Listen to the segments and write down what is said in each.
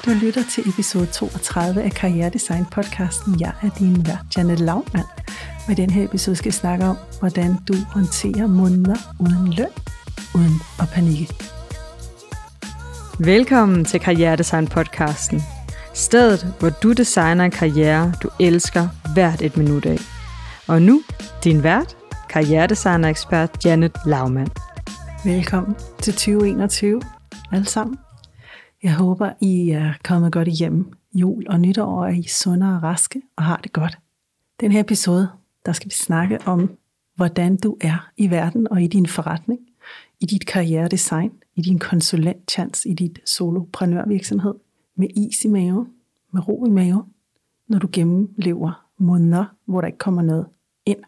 Du lytter til episode 32 af Karrieredesign podcasten. Jeg er din vært, Janette Laumann. Og i den her episode skal jeg snakke om, hvordan du håndterer måneder uden løn, uden at panikke. Velkommen til Karrieredesign podcasten. Stedet, hvor du designer en karriere, du elsker hvert et minut af. Og nu, din vært, karrieredesigner-ekspert Janette Laumann. Velkommen til 2021, alle sammen. Jeg håber, I er kommet godt igennem jul og nytår, og I er sunde og raske og har det godt. Den her episode, der skal vi snakke om, hvordan du er i verden og i din forretning, i dit karrieredesign, i din konsulentchance, i dit soloprenørvirksomhed, med is i maven, med ro i maven, når du gennemlever måneder, hvor der ikke kommer noget ind.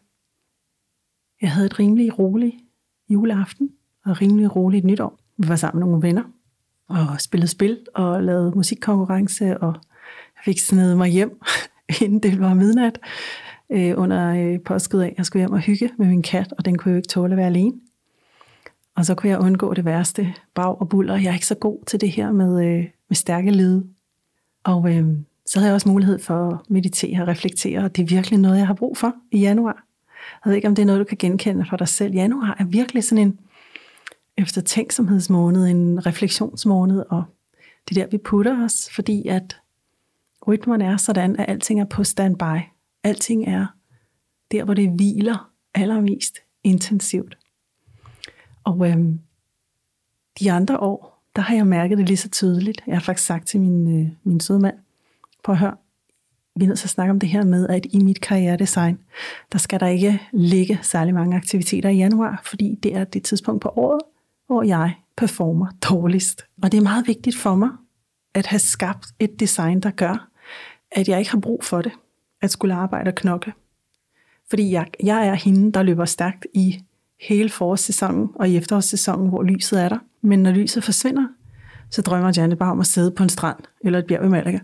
Jeg havde et rimelig roligt juleaften og rimelig roligt nytår. Vi var sammen med nogle venner og spillede spil og lavede musikkonkurrence, og jeg fik snedet mig hjem, inden det var midnat, under påskud af, at jeg skulle hjem og hygge med min kat, og den kunne jo ikke tåle at være alene. Og så kunne jeg undgå det værste, brag og buller. Jeg er ikke så god til det her med stærke lyde. Og så havde jeg også mulighed for at meditere og reflektere, og det er virkelig noget, jeg har brug for i januar. Jeg ved ikke, om det er noget, du kan genkende for dig selv. Januar er virkelig sådan en eftertænksomhedsmåned, en refleksionsmåned, og det er der, vi putter os, fordi at rytmen er sådan, at alting er på standby. Alting er der, hvor det hviler allermest intensivt. Og de andre år, der har jeg mærket det lige så tydeligt. Jeg har faktisk sagt til min søde mand, prøv at høre, vi er nødt til at snakke om det her med, at i mit karrieredesign, der skal der ikke ligge særlig mange aktiviteter i januar, fordi det er det tidspunkt på året, hvor jeg performer dårligst. Og det er meget vigtigt for mig, at have skabt et design, der gør, at jeg ikke har brug for det, at skulle arbejde og knokle. Fordi jeg er hende, der løber stærkt i hele forårssæsonen og i efterårssæsonen, hvor lyset er der. Men når lyset forsvinder, så drømmer Janne bare om at sidde på en strand eller et bjerg i Malaga.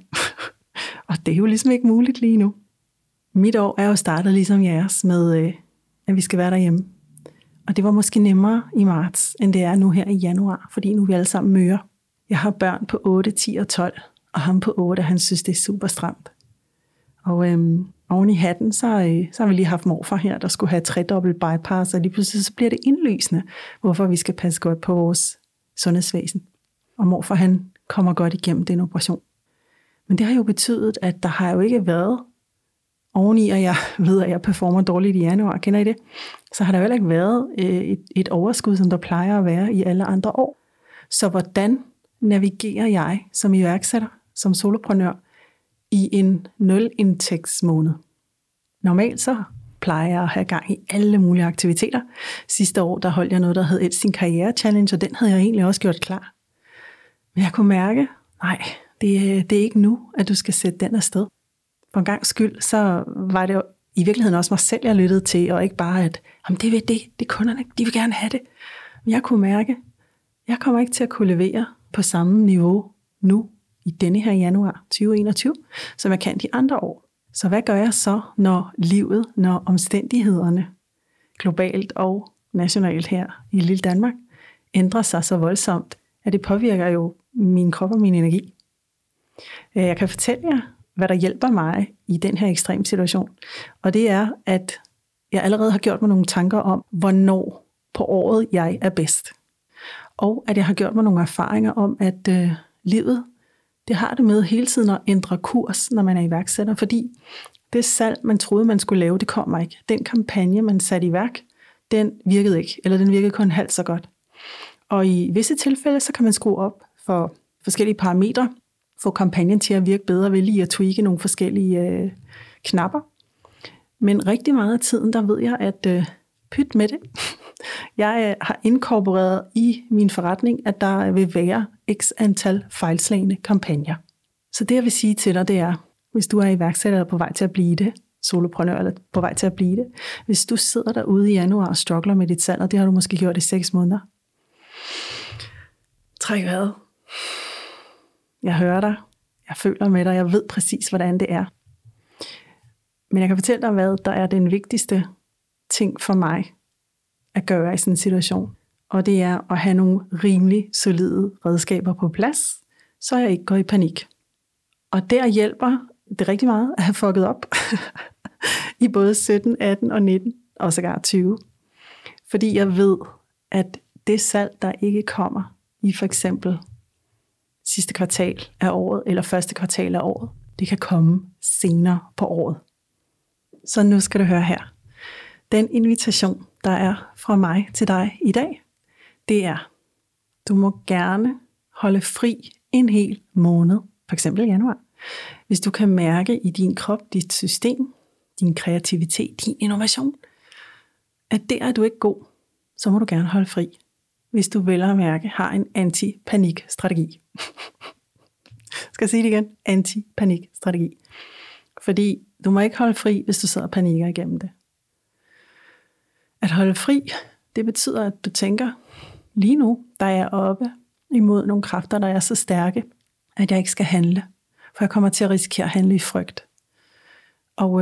Og det er jo ligesom ikke muligt lige nu. Mit år er jo startet ligesom jeres med, at vi skal være derhjemme. Og det var måske nemmere i marts, end det er nu her i januar, fordi nu er vi alle sammen møre. Jeg har børn på 8, 10 og 12, og ham på 8, han synes, det er super stramt. Og oven i hatten, så har vi lige haft morfar her, der skulle have 3-dobbelt bypass, og lige pludselig så bliver det indlysende, hvorfor vi skal passe godt på vores sundhedsvæsen. Og morfar, han kommer godt igennem den operation. Men det har jo betydet, at der har jo ikke været oveni, og jeg ved, at jeg performer dårligt i januar, kender I det? Så har der jo heller ikke været et overskud, som der plejer at være i alle andre år. Så hvordan navigerer jeg som iværksætter, som soloprenør, i en nulindtægtsmåned? Normalt så plejer jeg at have gang i alle mulige aktiviteter. Sidste år, der holdt jeg noget, der hed Et Sin Karriere Challenge, og den havde jeg egentlig også gjort klar. Men jeg kunne mærke, nej, det er ikke nu, at du skal sætte den afsted. For en gang skyld, så var det jo i virkeligheden også mig selv, jeg lyttede til, og ikke bare, at det er kunderne, de vil gerne have det. Men jeg kunne mærke, jeg kommer ikke til at kunne levere på samme niveau nu, i denne her januar 2021, som jeg kan de andre år. Så hvad gør jeg så, når omstændighederne, globalt og nationalt her i lille Danmark, ændrer sig så voldsomt, at det påvirker jo min krop og min energi? Jeg kan fortælle jer, hvad der hjælper mig i den her ekstrem situation. Og det er, at jeg allerede har gjort mig nogle tanker om, hvornår på året jeg er bedst. Og at jeg har gjort mig nogle erfaringer om, at livet, det har det med hele tiden at ændre kurs, når man er iværksætter. Fordi det salg, man troede, man skulle lave, det kommer ikke. Den kampagne, man satte i værk, den virkede ikke. Eller den virkede kun halvt så godt. Og i visse tilfælde, så kan man skrue op for forskellige parametre, få kampagnen til at virke bedre ved lige at tweake nogle forskellige knapper. Men rigtig meget af tiden, der ved jeg, at pyt med det. Jeg har inkorporeret i min forretning, at der vil være x antal fejlslagne kampagner. Så det jeg vil sige til dig, det er, hvis du er iværksætter eller på vej til at blive det, soloprenør eller på vej til at blive det, hvis du sidder derude i januar og struggler med dit salg, og det har du måske gjort i 6 måneder. Træk vejret. Jeg hører dig. Jeg føler med dig. Jeg ved præcis, hvordan det er. Men jeg kan fortælle dig, hvad der er den vigtigste ting for mig at gøre i sådan en situation. Og det er at have nogle rimelig solide redskaber på plads, så jeg ikke går i panik. Og der hjælper det rigtig meget at have fucket op i både 17, 18 og 19, og sågar 20. Fordi jeg ved, at det salg, der ikke kommer i for eksempel sidste kvartal af året, eller første kvartal af året, det kan komme senere på året. Så nu skal du høre her. Den invitation, der er fra mig til dig i dag, det er, du må gerne holde fri en hel måned, for eksempel januar. Hvis du kan mærke i din krop, dit system, din kreativitet, din innovation, at der er du ikke god, så må du gerne holde fri. Hvis du vel at mærke har en anti-panik-strategi. Skal jeg sige det igen? Anti-panik-strategi. Fordi du må ikke holde fri, hvis du sidder og panikker igennem det. At holde fri, det betyder, at du tænker, lige nu, der er jeg oppe imod nogle kræfter, der er så stærke, at jeg ikke skal handle. For jeg kommer til at risikere at handle i frygt. Og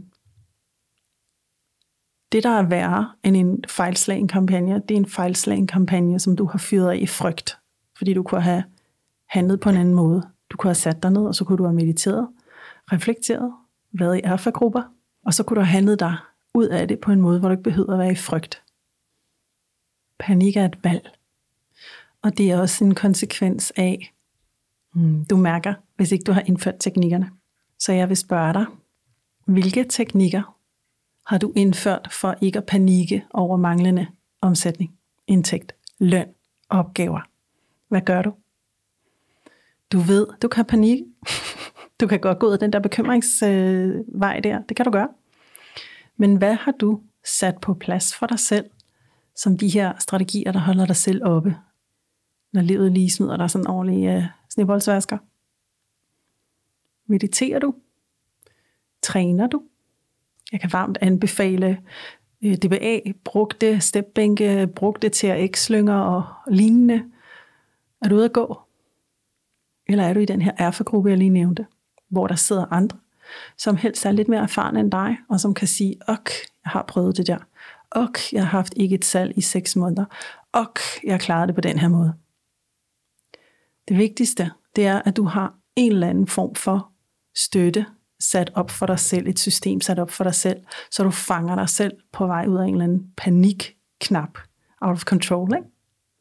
det, der er værre end en fejlslagen kampagne, det er en fejlslagen kampagne, som du har fyret af i frygt. Fordi du kunne have handlet på en anden måde. Du kunne have sat dig ned, og så kunne du have mediteret, reflekteret, været i alfa-grupper, og så kunne du have handlet dig ud af det på en måde, hvor du ikke behøver at være i frygt. Panik er et valg. Og det er også en konsekvens af, du mærker, hvis ikke du har indført teknikkerne. Så jeg vil spørge dig, hvilke teknikker har du indført for ikke at panikke over manglende omsætning, indtægt, løn, opgaver? Hvad gør du? Du ved, du kan panikke. Du kan godt gå ud af den der bekymringsvej der. Det kan du gøre. Men hvad har du sat på plads for dig selv, som de her strategier, der holder dig selv oppe, når livet lige smider dig sådan ordentlige sneboldsvasker? Mediterer du? Træner du? Jeg kan varmt anbefale DBA, brugte stepbænke, brugte TRX-slynger og lignende. Er du ude at gå? Eller er du i den her erfagruppe, jeg lige nævnte, hvor der sidder andre, som helst er lidt mere erfarne end dig, og som kan sige, ok, jeg har prøvet det der. Ok, jeg har haft ikke et salg i 6 måneder. Ok, jeg klarer det på den her måde. Det vigtigste, det er, at du har en eller anden form for støtte sat op for dig selv, et system sat op for dig selv, så du fanger dig selv på vej ud af en eller anden panikknap, out of control, ikke?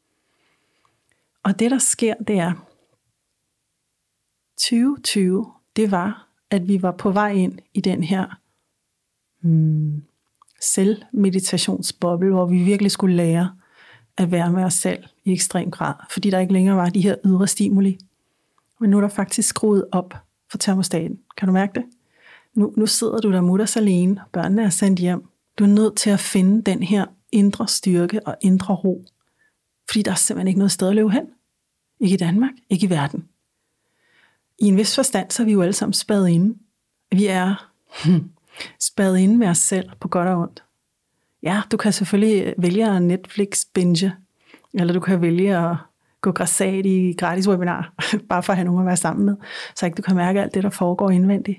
Og det, der sker, det er, 2020, det var, at vi var på vej ind i den her selvmeditationsboble, hvor vi virkelig skulle lære at være med os selv i ekstrem grad, fordi der ikke længere var de her ydre stimuli. Men nu er der faktisk skruet op for termostaten. Kan du mærke det? Nu sidder du der mutters alene, børnene er sendt hjem. Du er nødt til at finde den her indre styrke og indre ro, fordi der er simpelthen ikke noget sted at løbe hen. Ikke i Danmark, ikke i verden. I en vis forstand, så er vi jo alle sammen spadet inde. Vi er spadet inde med os selv, på godt og ondt. Ja, du kan selvfølgelig vælge at Netflix-binge, eller du kan vælge at gå grassat i gratis webinar, bare for at have nogen at være sammen med, så ikke du kan mærke alt det, der foregår indvendigt.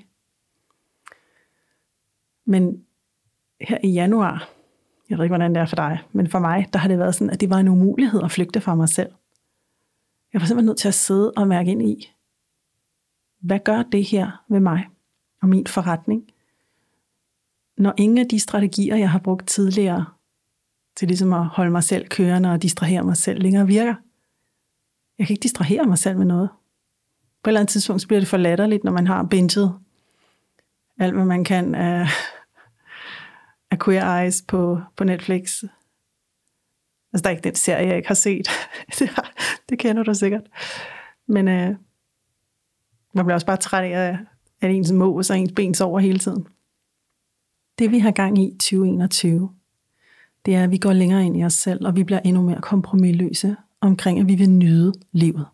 Men her i januar, jeg ved ikke, hvordan det er for dig, men for mig, der har det været sådan, at det var en umulighed at flygte fra mig selv. Jeg var simpelthen nødt til at sidde og mærke ind i, hvad gør det her ved mig og min forretning, når ingen af de strategier, jeg har brugt tidligere, til ligesom at holde mig selv kørende og distrahere mig selv, længere virker. Jeg kan ikke distrahere mig selv med noget. På et eller andet tidspunkt så bliver det for latterligt, når man har binget alt, hvad man kan af Queer Eyes på Netflix. Altså, der er ikke den serie, jeg ikke har set. Det kender du sikkert. Men man bliver også bare træt af, at ens mås og ens ben sover hele tiden. Det vi har gang i 2021, det er, at vi går længere ind i os selv, og vi bliver endnu mere kompromisløse omkring, at vi vil nyde livet.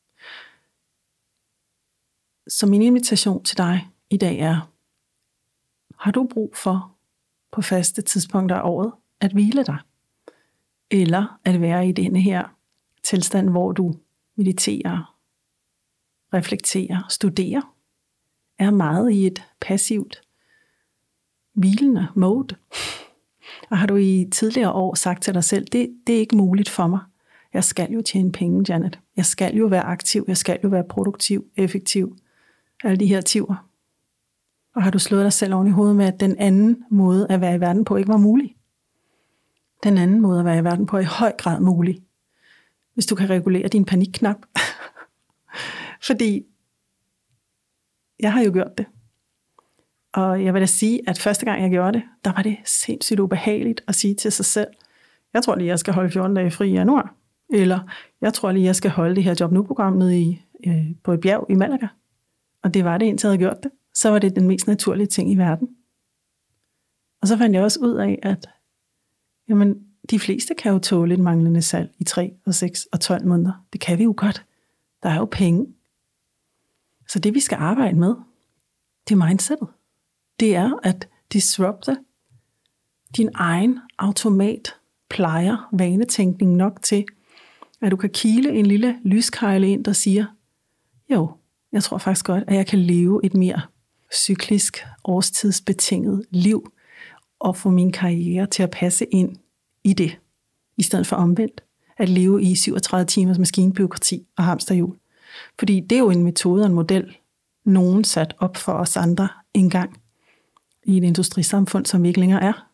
Så min invitation til dig i dag er, har du brug for på faste tidspunkter af året at hvile dig? Eller at være i denne her tilstand, hvor du mediterer, reflekterer, studerer, er meget i et passivt, hvilende mode. Og har du i tidligere år sagt til dig selv, det er ikke muligt for mig. Jeg skal jo tjene penge, Janet. Jeg skal jo være aktiv, jeg skal jo være produktiv, effektiv, alle de her tiver? Og har du slået dig selv oven i hovedet med, at den anden måde at være i verden på ikke var mulig? Den anden måde at være i verden på er i høj grad mulig, hvis du kan regulere din panikknap. Fordi jeg har jo gjort det. Og jeg vil da sige, at første gang jeg gjorde det, der var det sindssygt ubehageligt at sige til sig selv, jeg tror lige, jeg skal holde 14 dage fri i januar. Eller jeg tror lige, jeg skal holde det her Job Nu-program nede på et bjerg i Malaga. Og det var det, indtil jeg havde gjort det. Så var det den mest naturlige ting i verden. Og så fandt jeg også ud af, at jamen, de fleste kan jo tåle et manglende salg i 3, 6 og 12 måneder. Det kan vi jo godt. Der er jo penge. Så det vi skal arbejde med, det er mindsetet. Det er at disrupte din egen automat plejer vanetænkning nok til, at du kan kile en lille lyskejle ind, der siger, jo, jeg tror faktisk godt, at jeg kan leve et mere cyklisk, årstidsbetinget liv, og få min karriere til at passe ind i det, i stedet for omvendt, at leve i 37 timers maskinbureaukrati og hamsterhjul. Fordi det er jo en metode og en model, nogen sat op for os andre engang i et industrisamfund, som vi ikke længere er.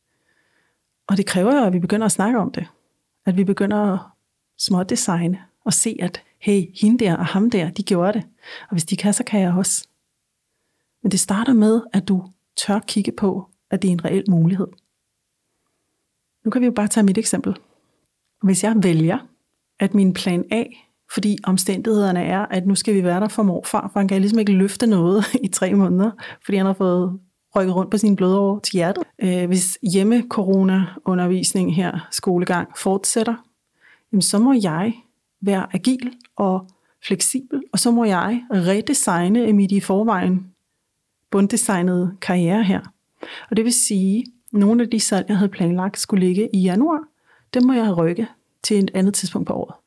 Og det kræver jo, at vi begynder at snakke om det. At vi begynder at smådesigne og se, at hey, hende der og ham der, de gjorde det. Og hvis de kan, så kan jeg også. Men det starter med, at du tør kigge på, at det er en reel mulighed. Nu kan vi jo bare tage mit eksempel. Hvis jeg vælger, at min plan A, fordi omstændighederne er, at nu skal vi være der for morfar, for han kan ligesom ikke løfte noget i 3 måneder, fordi han har fået rykket rundt på sine blodårer til hjertet. Hvis hjemme-corona-undervisning her, skolegang, fortsætter, så må jeg være agil og fleksibel, og så må jeg redesigne mit i forvejen bunddesignede karriere her. Og det vil sige, at nogle af de salg, jeg havde planlagt, skulle ligge i januar, dem må jeg rykke til et andet tidspunkt på året.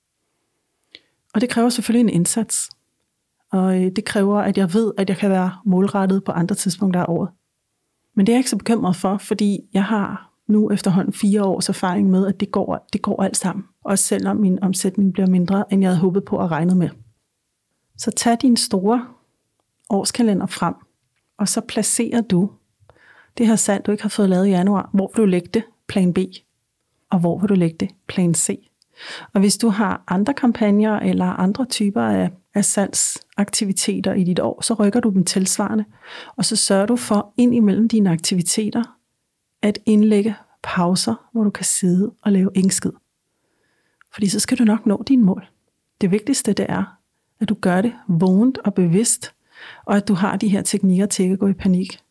Og det kræver selvfølgelig en indsats. Og det kræver, at jeg ved, at jeg kan være målrettet på andre tidspunkter af året. Men det er jeg ikke så bekymret for, fordi jeg har nu efterhånden 4 års erfaring med, at det går alt sammen. Også selvom min omsætning bliver mindre, end jeg havde håbet på at regne med. Så tag din store årskalender frem, og så placerer du det her salg, du ikke har fået lavet i januar. Hvor vil du lægge det? Plan B. Og hvor vil du lægge det? Plan C. Og hvis du har andre kampagner eller andre typer af salgsaktiviteter i dit år, så rykker du dem tilsvarende. Og så sørger du for ind imellem dine aktiviteter at indlægge pauser, hvor du kan sidde og lave ingen skid. Fordi så skal du nok nå dine mål. Det vigtigste det er, at du gør det vågent og bevidst, og at du har de her teknikker til ikke at gå i panik.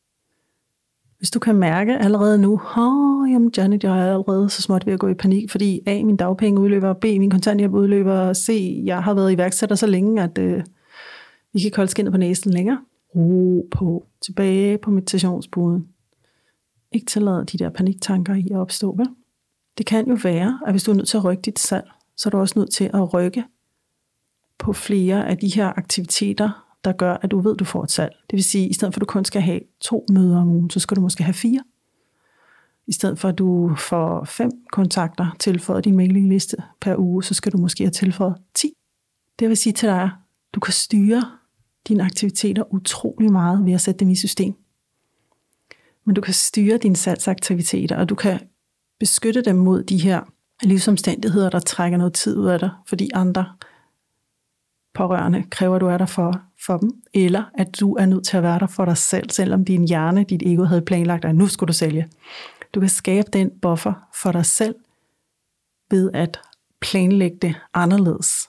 Hvis du kan mærke allerede nu, jamen Janet, jeg er allerede så småt ved at gå i panik, fordi A, min dagpenge udløber, B, min kontanthjælp udløber, C, jeg har været iværksætter så længe, at vi kan ikke holde skindet på næsen længere. Ro på, tilbage på meditationsbuden. Ikke tillade de der paniktanker i at opstå, vel? Det kan jo være, at hvis du er nødt til at rykke dit salg, så er du også nødt til at rykke på flere af de her aktiviteter, der gør, at du ved, at du får et salg. Det vil sige, at i stedet for at du kun skal have 2 møder om ugen, så skal du måske have 4. I stedet for at du får 5 kontakter tilføjet din mailingliste per uge, så skal du måske have tilføjet 10. Det vil sige til dig, at du kan styre dine aktiviteter utrolig meget ved at sætte dem i system. Men du kan styre dine salgsaktiviteter, og du kan beskytte dem mod de her livsomstændigheder, der trækker noget tid ud af dig, fordi andre pårørende kræver, at du er der for dem, eller at du er nødt til at være der for dig selv, selvom din hjerne, dit ego havde planlagt, at nu skulle du sælge. Du kan skabe den buffer for dig selv, ved at planlægge det anderledes.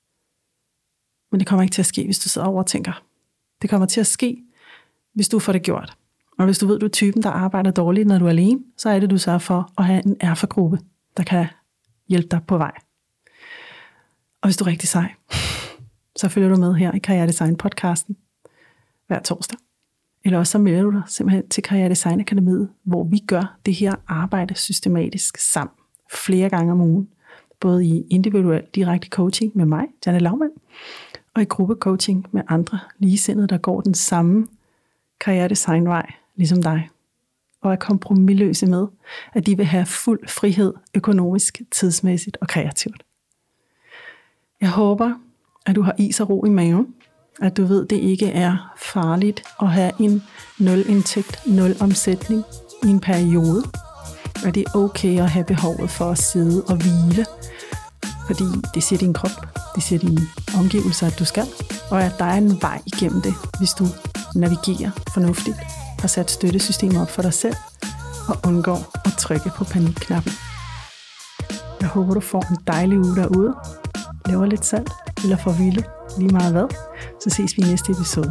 Men det kommer ikke til at ske, hvis du sidder og overtænker. Det kommer til at ske, hvis du får det gjort. Og hvis du ved, du er typen, der arbejder dårligt, når du er alene, så er det, du sørger for at have en erfargruppe, der kan hjælpe dig på vej. Og hvis du er rigtig sej, så følger du med her i Karriere Design podcasten hver torsdag. Eller også så melder du dig simpelthen til Karriere Design Akademiet, hvor vi gør det her arbejde systematisk sammen flere gange om ugen. Både i individuel direkte coaching med mig, Janet Laumann, og i gruppecoaching med andre ligesindede, der går den samme karriere designvej, ligesom dig. Og er kompromisløse med, at de vil have fuld frihed økonomisk, tidsmæssigt og kreativt. Jeg håber, at du har is og ro i maven, At du ved, det ikke er farligt at have en 0 indtægt, 0 omsætning i en periode. Og det er okay at have behovet for at sidde og hvile, fordi det siger din krop, det siger dine omgivelser, at du skal, og at der er en vej igennem det, hvis du navigerer fornuftigt, har sat støttesystemer op for dig selv, og undgår at trykke på panikknappen. Jeg håber, du får en dejlig uge derude, laver lidt salt, eller får hvile, lige meget hvad, så ses vi i næste episode.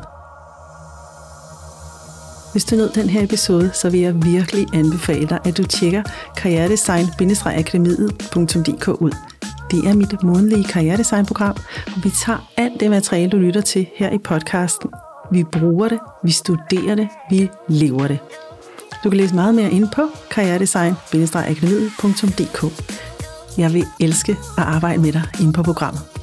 Hvis du nød den her episode, så vil jeg virkelig anbefale dig, at du tjekker karrieredesign-akademiet.dk ud. Det er mit månedlige karrieredesignprogram, og vi tager alt det materiale, du lytter til her i podcasten. Vi bruger det, vi studerer det, vi lever det. Du kan læse meget mere inde på karrieredesign-akademiet.dk. Jeg vil elske at arbejde med dig inde på programmet.